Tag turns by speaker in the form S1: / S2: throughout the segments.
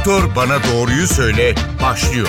S1: Doktor Bana Doğruyu Söyle başlıyor.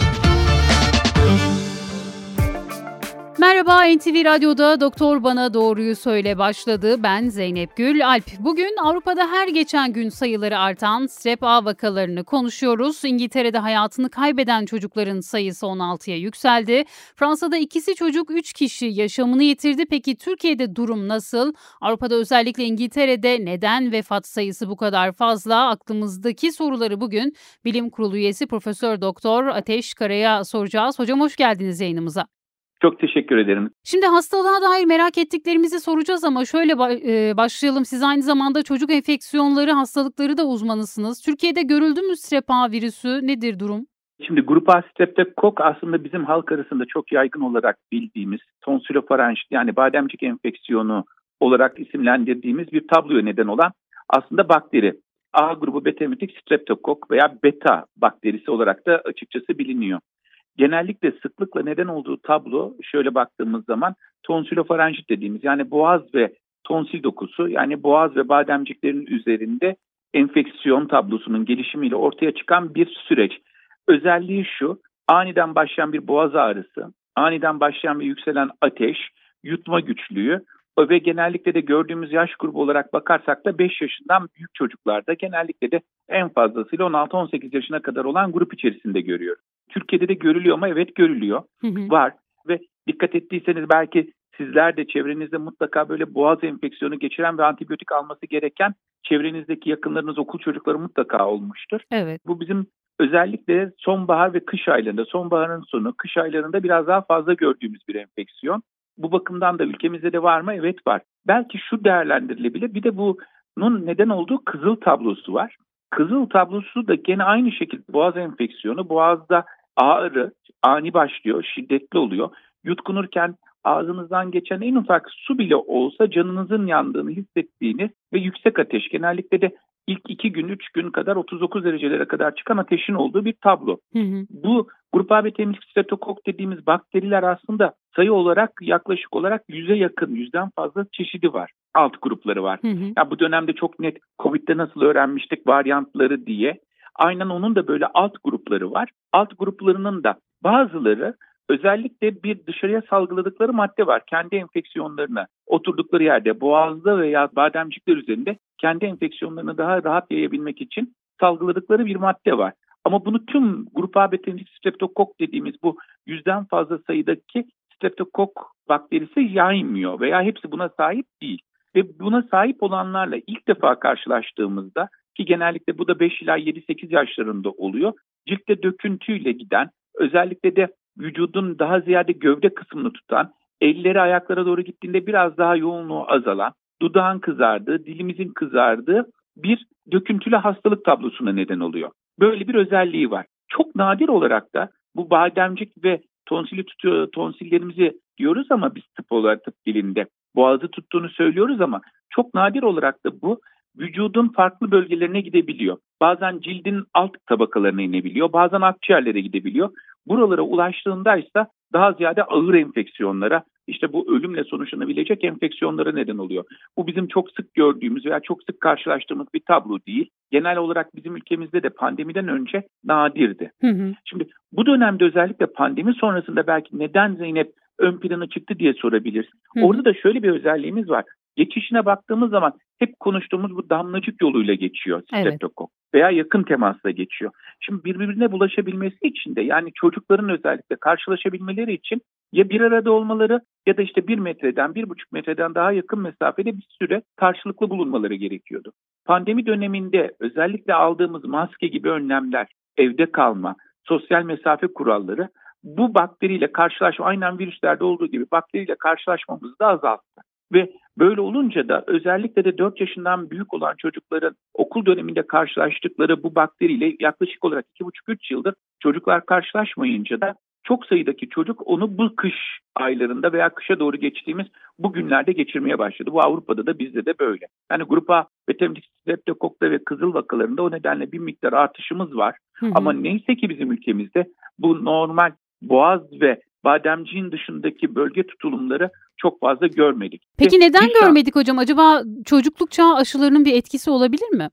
S2: Merhaba, NTV Radyo'da Doktor Bana Doğruyu Söyle başladı. Ben Zeynep Gül Alp. Bugün Avrupa'da her geçen gün sayıları artan strep A vakalarını konuşuyoruz. İngiltere'de hayatını kaybeden çocukların sayısı 16'ya yükseldi. Fransa'da ikisi çocuk 3 kişi yaşamını yitirdi. Peki Türkiye'de durum nasıl? Avrupa'da özellikle İngiltere'de neden vefat sayısı bu kadar fazla? Aklımızdaki soruları bugün Bilim Kurulu üyesi Profesör Doktor Ateş Kara'ya soracağız. Hocam hoş geldiniz yayınımıza.
S3: Çok teşekkür ederim.
S2: Şimdi hastalığa dair merak ettiklerimizi soracağız ama şöyle başlayalım. Siz aynı zamanda çocuk enfeksiyonları, hastalıkları da uzmanısınız. Türkiye'de görüldü mü strep A virüsü? Nedir durum?
S3: Şimdi grup A streptokok aslında bizim halk arasında çok yaygın olarak bildiğimiz tonsülofarenjit yani bademcik enfeksiyonu olarak isimlendirdiğimiz bir tabloya neden olan aslında bakteri. A grubu beta-hemolytik streptokok veya beta bakterisi olarak da açıkçası biliniyor. Genellikle sıklıkla neden olduğu tablo şöyle baktığımız zaman tonsülofarenjit dediğimiz yani boğaz ve tonsil dokusu yani boğaz ve bademciklerin üzerinde enfeksiyon tablosunun gelişimiyle ortaya çıkan bir süreç. Özelliği şu, aniden başlayan bir boğaz ağrısı, aniden başlayan ve yükselen ateş, yutma güçlüğü ve genellikle de gördüğümüz yaş grubu olarak bakarsak da 5 yaşından büyük çocuklarda genellikle de en fazlasıyla 16-18 yaşına kadar olan grup içerisinde görüyoruz. Türkiye'de de görülüyor mu? Evet görülüyor. Var ve dikkat ettiyseniz belki sizler de çevrenizde mutlaka böyle boğaz enfeksiyonu geçiren ve antibiyotik alması gereken çevrenizdeki yakınlarınız, okul çocukları mutlaka olmuştur.
S2: Evet.
S3: Bu bizim özellikle sonbahar ve kış aylarında, sonbaharın sonu, kış aylarında biraz daha fazla gördüğümüz bir enfeksiyon. Bu bakımdan da ülkemizde de var mı? Evet var. Belki şu değerlendirilebilir. Bir de bunun neden olduğu kızıl tablosu var. Kızıl tablosu da gene aynı şekilde boğaz enfeksiyonu. Boğazda ağrı ani başlıyor, şiddetli oluyor. Yutkunurken ağzınızdan geçen en ufak su bile olsa canınızın yandığını hissettiğiniz ve yüksek ateş. Genellikle de ilk 2 gün, 3 gün kadar 39 derecelere kadar çıkan ateşin olduğu bir tablo. Bu grup A beta-hemolytik streptokok dediğimiz bakteriler aslında sayı olarak yaklaşık olarak 100'e yakın, 100'den fazla çeşidi var. Alt grupları var. Ya bu dönemde çok net Covid'de nasıl öğrenmiştik varyantları diye. Aynen onun da böyle alt grupları var. Alt gruplarının da bazıları özellikle bir dışarıya salgıladıkları madde var. Kendi enfeksiyonlarına oturdukları yerde boğazda veya bademcikler üzerinde kendi enfeksiyonlarını daha rahat yayabilmek için salgıladıkları bir madde var. Ama bunu tüm grup A beta-hemolytik streptokok dediğimiz bu 100'den fazla sayıdaki streptokok bakterisi yaymıyor veya hepsi buna sahip değil. Ve buna sahip olanlarla ilk defa karşılaştığımızda ki genellikle bu da 5 ila 7-8 yaşlarında oluyor. Ciltte döküntüyle giden, özellikle de vücudun daha ziyade gövde kısmını tutan, elleri ayaklara doğru gittiğinde biraz daha yoğunluğu azalan, dudağın kızardığı, dilimizin kızardığı bir döküntülü hastalık tablosuna neden oluyor. Böyle bir özelliği var. Çok nadir olarak da bu bademcik ve tonsillerimizi diyoruz ama biz tıp olarak tıp dilinde boğazı tuttuğunu söylüyoruz ama çok nadir olarak da bu vücudun farklı bölgelerine gidebiliyor. Bazen cildin alt tabakalarına inebiliyor, bazen akciğerlere gidebiliyor. Buralara ulaştığındaysa daha ziyade ağır enfeksiyonlara, işte bu ölümle sonuçlanabilecek enfeksiyonlara neden oluyor. Bu bizim çok sık gördüğümüz veya çok sık karşılaştığımız bir tablo değil. Genel olarak bizim ülkemizde de pandemiden önce nadirdi. Şimdi bu dönemde özellikle pandemi sonrasında belki neden Zeynep ön plana çıktı diye sorabilirsin. Orada da şöyle bir özelliğimiz var. Geçişine baktığımız zaman hep konuştuğumuz bu damlacık yoluyla geçiyor streptokok veya yakın temasla geçiyor. Şimdi birbirine bulaşabilmesi için de yani çocukların özellikle karşılaşabilmeleri için ya bir arada olmaları ya da işte 1 metreden 1,5 metreden daha yakın mesafede bir süre karşılıklı bulunmaları gerekiyordu. Pandemi döneminde özellikle aldığımız maske gibi önlemler, evde kalma, sosyal mesafe kuralları bu bakteriyle karşılaşma, aynen virüslerde olduğu gibi bakteriyle karşılaşmamızı da azalttı. Ve böyle olunca da özellikle de 4 yaşından büyük olan çocukların okul döneminde karşılaştıkları bu bakteriyle yaklaşık olarak 2,5-3 yıldır çocuklar karşılaşmayınca da çok sayıdaki çocuk onu bu kış aylarında veya kışa doğru geçtiğimiz bu günlerde geçirmeye başladı. Bu Avrupa'da da bizde de böyle. Yani grup A beta-hemolytik streptokokta ve kızıl vakalarında o nedenle bir miktar artışımız var. Ama neyse ki bizim ülkemizde bu normal boğaz ve bademciğin dışındaki bölge tutulumları çok fazla görmedik.
S2: Peki neden görmedik hocam? Acaba çocukluk çağı aşılarının bir etkisi olabilir mi?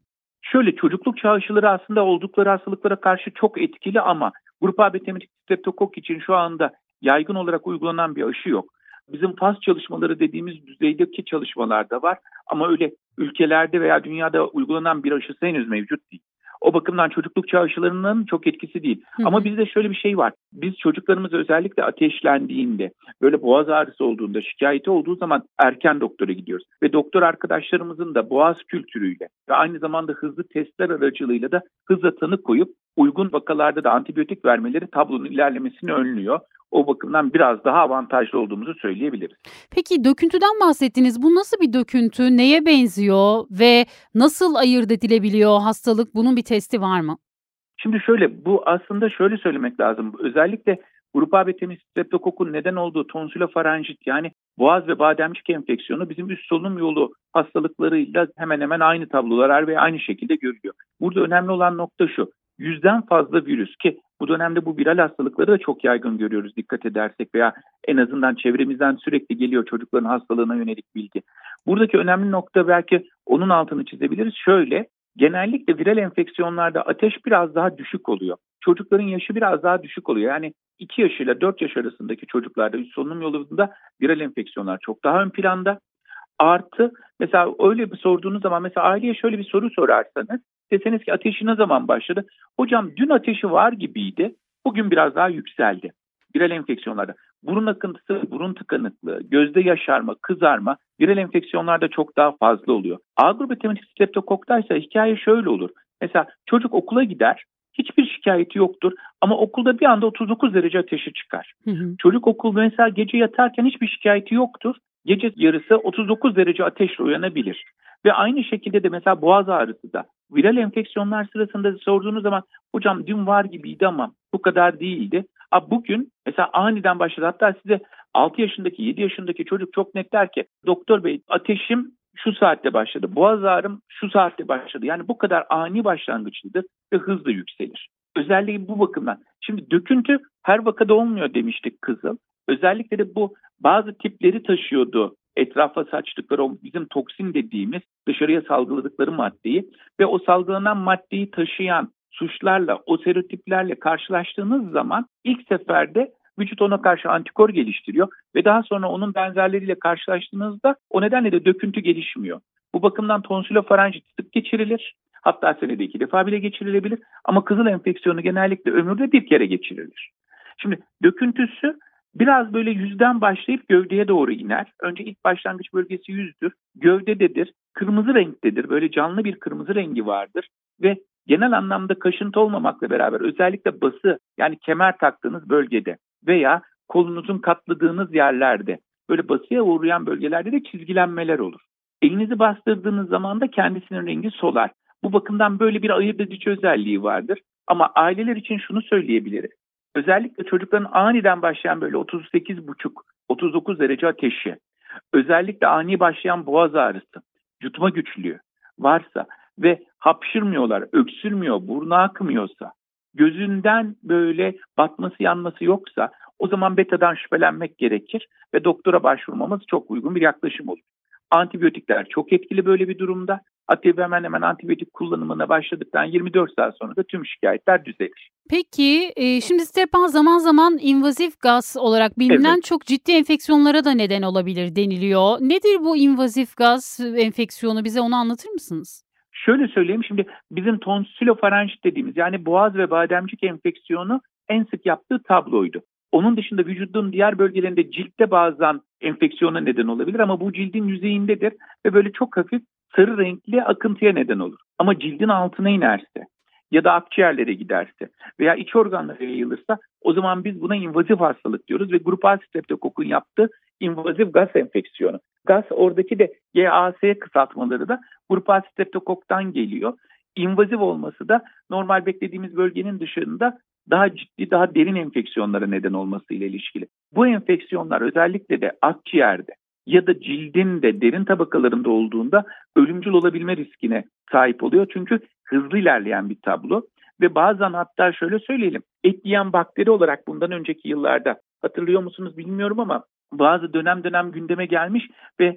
S3: Şöyle çocukluk çağı aşıları aslında oldukları hastalıklara karşı çok etkili ama grup A beteminitik streptokok için şu anda yaygın olarak uygulanan bir aşı yok. Bizim faz çalışmaları dediğimiz düzeydeki çalışmalar da var ama öyle ülkelerde veya dünyada uygulanan bir aşısı henüz mevcut değil. O bakımdan çocukluk çağı aşılarının çok etkisi değil. Ama bizde şöyle bir şey var. Biz çocuklarımız özellikle ateşlendiğinde, böyle boğaz ağrısı olduğunda, şikayeti olduğu zaman erken doktora gidiyoruz. Ve doktor arkadaşlarımızın da boğaz kültürüyle ve aynı zamanda hızlı testler aracılığıyla da hızla tanı koyup uygun vakalarda da antibiyotik vermeleri tablonun ilerlemesini önlüyor. O bakımdan biraz daha avantajlı olduğumuzu söyleyebiliriz.
S2: Peki döküntüden bahsettiniz. Bu nasıl bir döküntü? Neye benziyor ve nasıl ayırt edilebiliyor hastalık? Bunun bir testi var mı?
S3: Şimdi şöyle, bu aslında şöyle söylemek lazım. Özellikle grup A beteminitik streptokokun neden olduğu tonsülofarenjit yani boğaz ve bademcik enfeksiyonu bizim üst solunum yolu hastalıklarıyla hemen hemen aynı tablolar ve aynı şekilde görülüyor. Burada önemli olan nokta şu. 100'den fazla virüs ki bu dönemde bu viral hastalıkları da çok yaygın görüyoruz dikkat edersek veya en azından çevremizden sürekli geliyor çocukların hastalığına yönelik bilgi. Buradaki önemli nokta belki onun altını çizebiliriz. Şöyle, genellikle viral enfeksiyonlarda ateş biraz daha düşük oluyor. Çocukların yaşı biraz daha düşük oluyor. Yani 2 yaş ile 4 yaş arasındaki çocuklarda üst solunum yolunda viral enfeksiyonlar çok daha ön planda. Artı mesela öyle bir sorduğunuz zaman mesela aileye şöyle bir soru sorarsanız deseniz ki ateşi ne zaman başladı? Hocam dün ateşi var gibiydi. Bugün biraz daha yükseldi. Viral enfeksiyonlarda. Burun akıntısı, burun tıkanıklığı, gözde yaşarma, kızarma viral enfeksiyonlarda çok daha fazla oluyor. A grubu beteminitik streptokoktaysa hikaye şöyle olur. Mesela çocuk okula gider. Hiçbir şikayeti yoktur ama okulda bir anda 39 derece ateşi çıkar. Çocuk okulda mesela gece yatarken hiçbir şikayeti yoktur. Gece yarısı 39 derece ateşle uyanabilir. Ve aynı şekilde de mesela boğaz ağrısı da viral enfeksiyonlar sırasında sorduğunuz zaman hocam dün var gibiydi ama bu kadar değildi. Bugün mesela aniden başladı. Hatta size 6 yaşındaki 7 yaşındaki çocuk çok net der ki doktor bey ateşim şu saatte başladı. Boğaz ağrım şu saatte başladı. Yani bu kadar ani başlangıçlıdır ve hızla yükselir. Özellikle bu bakımdan. Şimdi döküntü her vakada olmuyor demiştik kızıl. Özellikle de bu bazı tipleri taşıyordu. Etrafa saçtıkları o bizim toksin dediğimiz dışarıya salgıladıkları maddeyi ve o salgılanan maddeyi taşıyan suçlarla, o serotiplerle karşılaştığınız zaman ilk seferde vücut ona karşı antikor geliştiriyor ve daha sonra onun benzerleriyle karşılaştığınızda o nedenle de döküntü gelişmiyor. Bu bakımdan tonsülofarenjit sık geçirilir. Hatta senede 2 defa bile geçirilebilir ama kızıl enfeksiyonu genellikle ömürde bir kere geçirilir. Şimdi döküntüsü biraz böyle yüzden başlayıp gövdeye doğru iner. Önce ilk başlangıç bölgesi yüzdür. Gövdededir. Kırmızı renktedir. Böyle canlı bir kırmızı rengi vardır. Ve genel anlamda kaşıntı olmamakla beraber özellikle bası yani kemer taktığınız bölgede veya kolunuzun katladığınız yerlerde böyle basıya uğrayan bölgelerde de çizgilenmeler olur. Elinizi bastırdığınız zaman da kendisinin rengi solar. Bu bakımdan böyle bir ayırt edici özelliği vardır. Ama aileler için şunu söyleyebiliriz. Özellikle çocukların aniden başlayan böyle 38,5-39 derece ateşi, özellikle ani başlayan boğaz ağrısı, yutma güçlüğü varsa ve hapşırmıyorlar, öksürmüyor, burnu akmıyorsa, gözünden böyle batması yanması yoksa o zaman betadan şüphelenmek gerekir ve doktora başvurmamız çok uygun bir yaklaşım olur. Antibiyotikler çok etkili böyle bir durumda. Hatta hemen hemen antibiyotik kullanımına başladıktan 24 saat sonra da tüm şikayetler düzelir.
S2: Peki şimdi strep A zaman zaman invazif gaz olarak bilinen çok ciddi enfeksiyonlara da neden olabilir deniliyor. Nedir bu invazif gaz enfeksiyonu? Bize onu anlatır mısınız?
S3: Şöyle söyleyeyim, şimdi bizim tonsülofarenjit dediğimiz yani boğaz ve bademcik enfeksiyonu en sık yaptığı tabloydu. Onun dışında vücudun diğer bölgelerinde ciltte bazen enfeksiyona neden olabilir ama bu cildin yüzeyindedir ve böyle çok hafif sarı renkli akıntıya neden olur. Ama cildin altına inerse ya da akciğerlere giderse veya iç organlara yayılırsa o zaman biz buna invazif hastalık diyoruz ve grup A streptokokun yaptığı invazif gaz enfeksiyonu. Gaz oradaki de GAS kısaltmaları da grup A streptokoktan geliyor. İnvazif olması da normal beklediğimiz bölgenin dışında daha ciddi, daha derin enfeksiyonlara neden olmasıyla ilişkili. Bu enfeksiyonlar özellikle de akciğerde ya da cildin de derin tabakalarında olduğunda ölümcül olabilme riskine sahip oluyor. Çünkü hızlı ilerleyen bir tablo ve bazen hatta şöyle söyleyelim, et yiyen bakteri olarak bundan önceki yıllarda hatırlıyor musunuz bilmiyorum ama bazı dönem gündeme gelmiş ve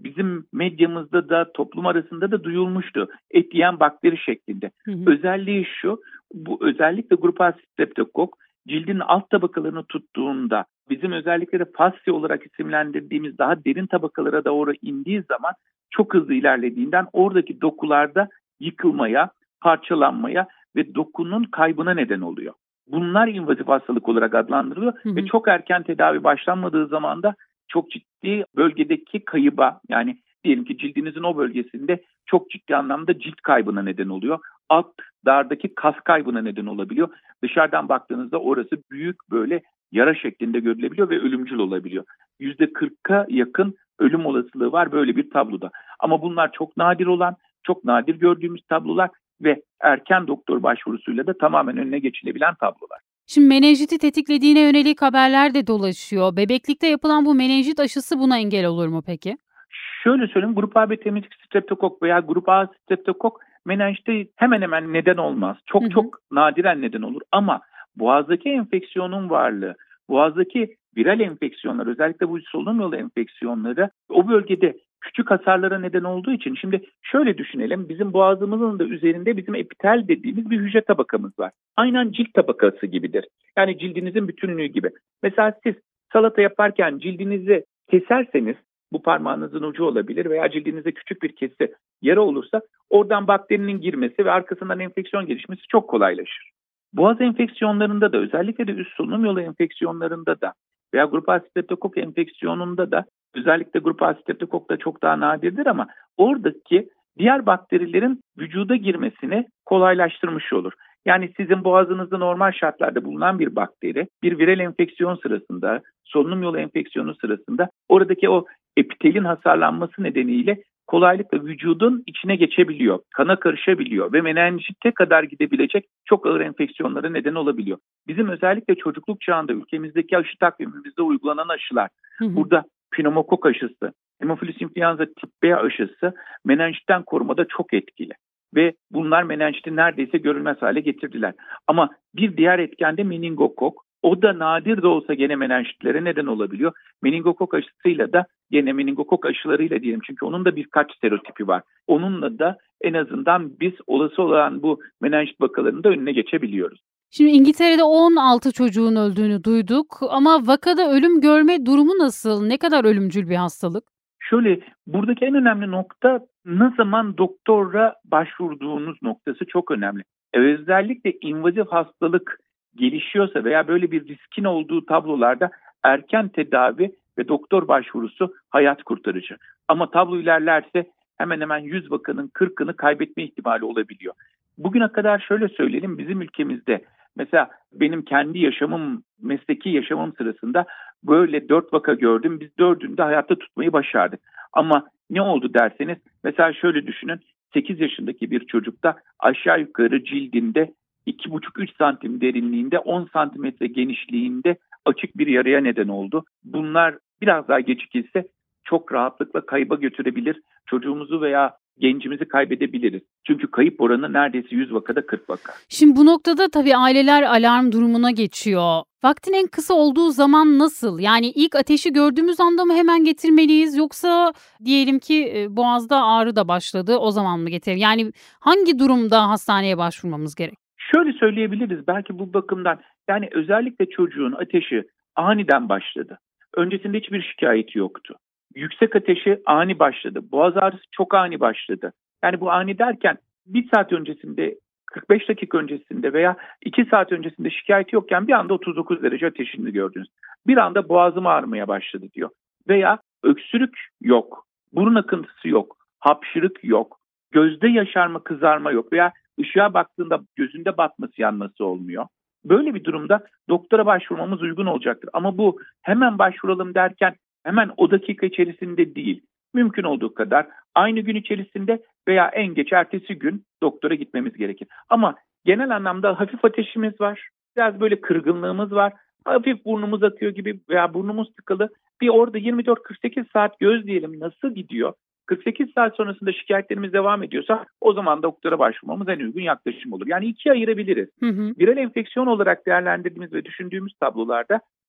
S3: bizim medyamızda da toplum arasında da duyulmuştu. Et yiyen bakteri şeklinde. Özelliği şu, bu özellikle grup A streptokok cildin alt tabakalarını tuttuğunda bizim özellikle de fasya olarak isimlendirdiğimiz daha derin tabakalara doğru indiği zaman çok hızlı ilerlediğinden oradaki dokularda yıkılmaya, parçalanmaya ve dokunun kaybına neden oluyor. Bunlar invazif hastalık olarak adlandırılıyor ve çok erken tedavi başlanmadığı zaman da çok ciddi bölgedeki kayıba, yani diyelim ki cildinizin o bölgesinde çok ciddi anlamda cilt kaybına neden oluyor. Alt dardaki kas kaybına neden olabiliyor. Dışarıdan baktığınızda orası büyük böyle yara şeklinde görülebiliyor ve ölümcül olabiliyor. %40'a yakın ölüm olasılığı var böyle bir tabloda. Ama bunlar çok nadir olan, çok nadir gördüğümüz tablolar ve erken doktor başvurusuyla da tamamen önüne geçilebilen tablolar.
S2: Şimdi menenjiti tetiklediğine yönelik haberler de dolaşıyor. Bebeklikte yapılan bu menenjit aşısı buna engel olur mu peki?
S3: Şöyle söyleyeyim, grup A temizlik streptokok veya grup A streptokok menenjite hemen hemen neden olmaz. Çok nadiren neden olur ama boğazdaki enfeksiyonun varlığı, boğazdaki viral enfeksiyonlar, özellikle bu solunum yolu enfeksiyonları o bölgede küçük hasarlara neden olduğu için, şimdi şöyle düşünelim, bizim boğazımızın da üzerinde bizim epitel dediğimiz bir hücre tabakamız var. Aynen cilt tabakası gibidir. Yani cildinizin bütünlüğü gibi. Mesela siz salata yaparken cildinizi keserseniz, bu parmağınızın ucu olabilir veya cildinizde küçük bir kesi yara olursa oradan bakterinin girmesi ve arkasından enfeksiyon gelişmesi çok kolaylaşır. Boğaz enfeksiyonlarında da, özellikle de üst solunum yolu enfeksiyonlarında da veya grup A streptokok enfeksiyonunda da, özellikle grup A streptokok da çok daha nadirdir ama oradaki diğer bakterilerin vücuda girmesini kolaylaştırmış olur. Yani sizin boğazınızda normal şartlarda bulunan bir bakteri, bir viral enfeksiyon sırasında, solunum yolu enfeksiyonu sırasında oradaki o epitelin hasarlanması nedeniyle kolaylıkla vücudun içine geçebiliyor, kana karışabiliyor ve menenjite kadar gidebilecek çok ağır enfeksiyonlara neden olabiliyor. Bizim özellikle çocukluk çağında ülkemizdeki aşı takvimimizde uygulanan aşılar, burada pneumokok aşısı, hemofilus influenza tip B aşısı menenjitten korumada çok etkili. Ve bunlar menenjiti neredeyse görülmez hale getirdiler. Ama bir diğer etken de meningokok. O da nadir de olsa gene menenjitlere neden olabiliyor. Meningokok aşısıyla da gene meningokok aşılarıyla diyelim, çünkü onun da birkaç serotipi var. Onunla da en azından biz olası olan bu menenjit vakalarının da önüne geçebiliyoruz.
S2: Şimdi İngiltere'de 16 çocuğun öldüğünü duyduk ama vakada ölüm görme durumu nasıl? Ne kadar ölümcül bir hastalık?
S3: Şöyle, buradaki en önemli nokta ne zaman doktora başvurduğunuz noktası çok önemli. Özellikle invazif hastalık gelişiyorsa veya böyle bir riskin olduğu tablolarda erken tedavi ve doktor başvurusu hayat kurtarıcı. Ama tablo ilerlerse hemen hemen 100 vakanın 40'ını kaybetme ihtimali olabiliyor. Bugüne kadar şöyle söyleyelim, bizim ülkemizde mesela benim kendi yaşamım, mesleki yaşamım sırasında böyle 4 vaka gördüm. Biz 4'ünü de hayatta tutmayı başardık. Ama ne oldu derseniz, mesela şöyle düşünün, 8 yaşındaki bir çocukta aşağı yukarı cildinde 2,5-3 santim derinliğinde, 10 santimetre genişliğinde açık bir yaraya neden oldu. Bunlar biraz daha gecikirse çok rahatlıkla kayıba götürebilir. Çocuğumuzu veya gencimizi kaybedebiliriz. Çünkü kayıp oranı neredeyse 100 vakada 40 vaka.
S2: Şimdi bu noktada tabii aileler alarm durumuna geçiyor. Vaktin en kısa olduğu zaman nasıl? Yani ilk ateşi gördüğümüz anda mı hemen getirmeliyiz, yoksa diyelim ki boğazda ağrı da başladı, o zaman mı getirelim? Yani hangi durumda hastaneye başvurmamız gerek?
S3: Şöyle söyleyebiliriz belki bu bakımdan. Yani özellikle çocuğun ateşi aniden başladı. Öncesinde hiçbir şikayeti yoktu. Yüksek ateşi ani başladı. Boğaz ağrısı çok ani başladı. Yani bu ani derken 1 saat öncesinde, 45 dakika öncesinde veya 2 saat öncesinde şikayeti yokken bir anda 39 derece ateşini gördünüz. Bir anda boğazım ağrımaya başladı diyor. Veya öksürük yok, burun akıntısı yok, hapşırık yok, gözde yaşarma, kızarma yok veya ışığa baktığında gözünde batması, yanması olmuyor. Böyle bir durumda doktora başvurmamız uygun olacaktır. Ama bu hemen başvuralım derken hemen o dakika içerisinde değil. Mümkün olduğu kadar aynı gün içerisinde veya en geç ertesi gün doktora gitmemiz gerekir. Ama genel anlamda hafif ateşimiz var. Biraz böyle kırgınlığımız var. Hafif burnumuz akıyor gibi veya burnumuz tıkalı. Bir orada 24-48 saat gözleyelim nasıl gidiyor. 48 saat sonrasında şikayetlerimiz devam ediyorsa o zaman doktora başvurmamız en uygun yaklaşım olur. Yani ikiye ayırabiliriz. Viral enfeksiyon olarak değerlendirdiğimiz ve düşündüğümüz tablolarda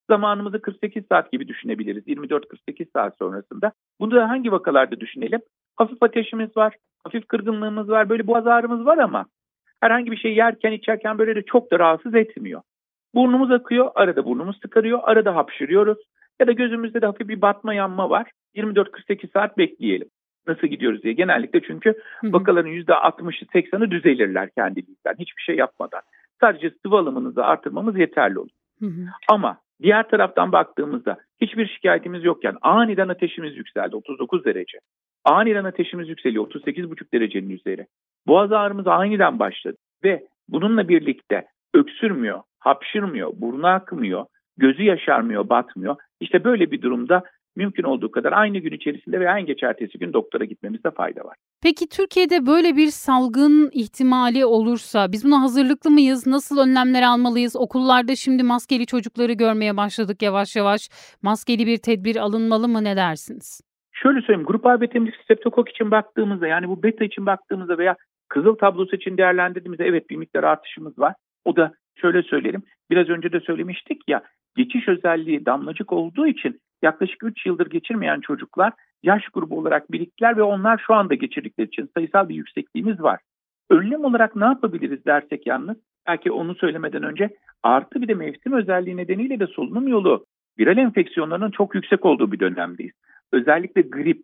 S3: zamanımızı 48 saat gibi düşünebiliriz. 24-48 saat sonrasında. Bunu da hangi vakalarda düşünelim? Hafif ateşimiz var, hafif kırgınlığımız var, böyle boğaz ağrımız var ama herhangi bir şey yerken içerken böyle de çok da rahatsız etmiyor. Burnumuz akıyor, arada burnumuz tıkanıyor, arada hapşırıyoruz ya da gözümüzde de hafif bir batma yanma var. 24-48 saat bekleyelim. Nasıl gidiyoruz diye. Genellikle çünkü vakaların %60'ı 80'i düzelirler kendiliğinden. Hiçbir şey yapmadan. Sadece sıvı alımınızı artırmamız yeterli olur. Ama diğer taraftan baktığımızda hiçbir şikayetimiz yokken aniden ateşimiz yükseldi 39 derece. Aniden ateşimiz yükseliyor 38,5 derecenin üzeri. Boğaz ağrımız aniden başladı ve bununla birlikte öksürmüyor, hapşırmıyor, burnu akmıyor, gözü yaşarmıyor, batmıyor. İşte böyle bir durumda mümkün olduğu kadar aynı gün içerisinde veya en geç ertesi gün doktora gitmemizde fayda var.
S2: Peki Türkiye'de böyle bir salgın ihtimali olursa biz buna hazırlıklı mıyız? Nasıl önlemler almalıyız? Okullarda şimdi maskeli çocukları görmeye başladık yavaş yavaş. Maskeli bir tedbir alınmalı mı, ne dersiniz?
S3: Şöyle söyleyeyim, grup A betemlik streptokok için baktığımızda, yani bu beta için baktığımızda veya kızıl tablosu için değerlendirdiğimizde evet bir miktar artışımız var. O da şöyle söyleyelim, biraz önce de söylemiştik ya, geçiş özelliği damlacık olduğu için yaklaşık 3 yıldır geçirmeyen çocuklar yaş grubu olarak biriktiler ve onlar şu anda geçirdikleri için sayısal bir yüksekliğimiz var. Önlem olarak ne yapabiliriz dersek yalnız, belki onu söylemeden önce artı bir de mevsim özelliği nedeniyle de solunum yolu viral enfeksiyonlarının çok yüksek olduğu bir dönemdeyiz. Özellikle grip,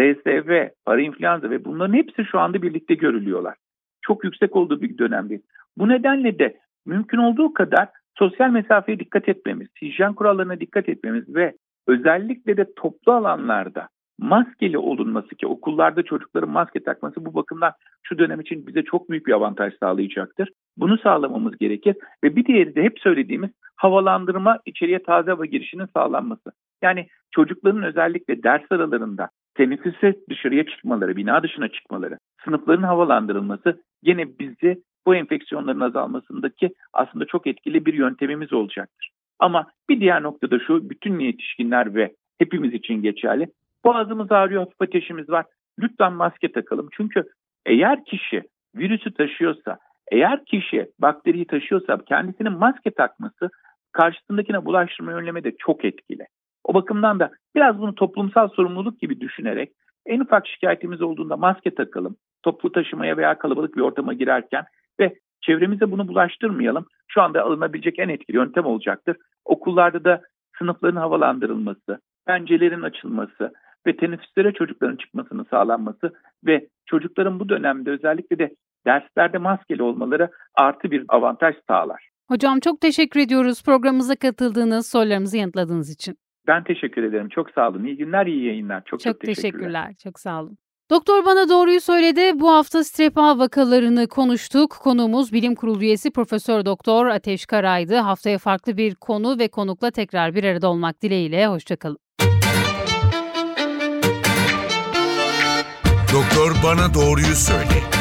S3: RSV, parainfluenza ve bunların hepsi şu anda birlikte görülüyorlar. Çok yüksek olduğu bir dönemdeyiz. Bu nedenle de mümkün olduğu kadar sosyal mesafeye dikkat etmemiz, hijyen kurallarına dikkat etmemiz ve özellikle de toplu alanlarda maskeli olunması, ki okullarda çocukların maske takması bu bakımdan şu dönem için bize çok büyük bir avantaj sağlayacaktır. Bunu sağlamamız gerekir ve bir diğeri de hep söylediğimiz havalandırma, içeriye taze hava girişinin sağlanması. Yani çocukların özellikle ders aralarında teneffüse dışarıya çıkmaları, bina dışına çıkmaları, sınıfların havalandırılması gene bizi bu enfeksiyonların azalmasındaki aslında çok etkili bir yöntemimiz olacaktır. Ama bir diğer noktada şu, bütün yetişkinler ve hepimiz için geçerli. Boğazımız ağrıyor, hafif ateşimiz var. Lütfen maske takalım. Çünkü eğer kişi virüsü taşıyorsa, eğer kişi bakteriyi taşıyorsa kendisinin maske takması karşısındakine bulaştırma önleme de çok etkili. O bakımdan da biraz bunu toplumsal sorumluluk gibi düşünerek en ufak şikayetimiz olduğunda maske takalım. Toplu taşımaya veya kalabalık bir ortama girerken ve çevremize bunu bulaştırmayalım. Şu anda alınabilecek en etkili yöntem olacaktır. Okullarda da sınıfların havalandırılması, pencerelerin açılması ve teneffüslere çocukların çıkmasının sağlanması ve çocukların bu dönemde özellikle de derslerde maskeli olmaları artı bir avantaj sağlar.
S2: Hocam çok teşekkür ediyoruz programımıza katıldığınız, sorularımızı yanıtladığınız için.
S3: Ben teşekkür ederim. Çok sağ olun. İyi günler, iyi yayınlar. Çok
S2: teşekkürler. Çok sağ olun. Doktor Bana Doğruyu Söyledi. Bu hafta strep A vakalarını konuştuk. Konuğumuz Bilim Kurulu üyesi Profesör Doktor Ateş Kara'ydı. Haftaya farklı bir konu ve konukla tekrar bir arada olmak dileğiyle. Hoşçakalın.
S1: Doktor Bana Doğruyu Söyle.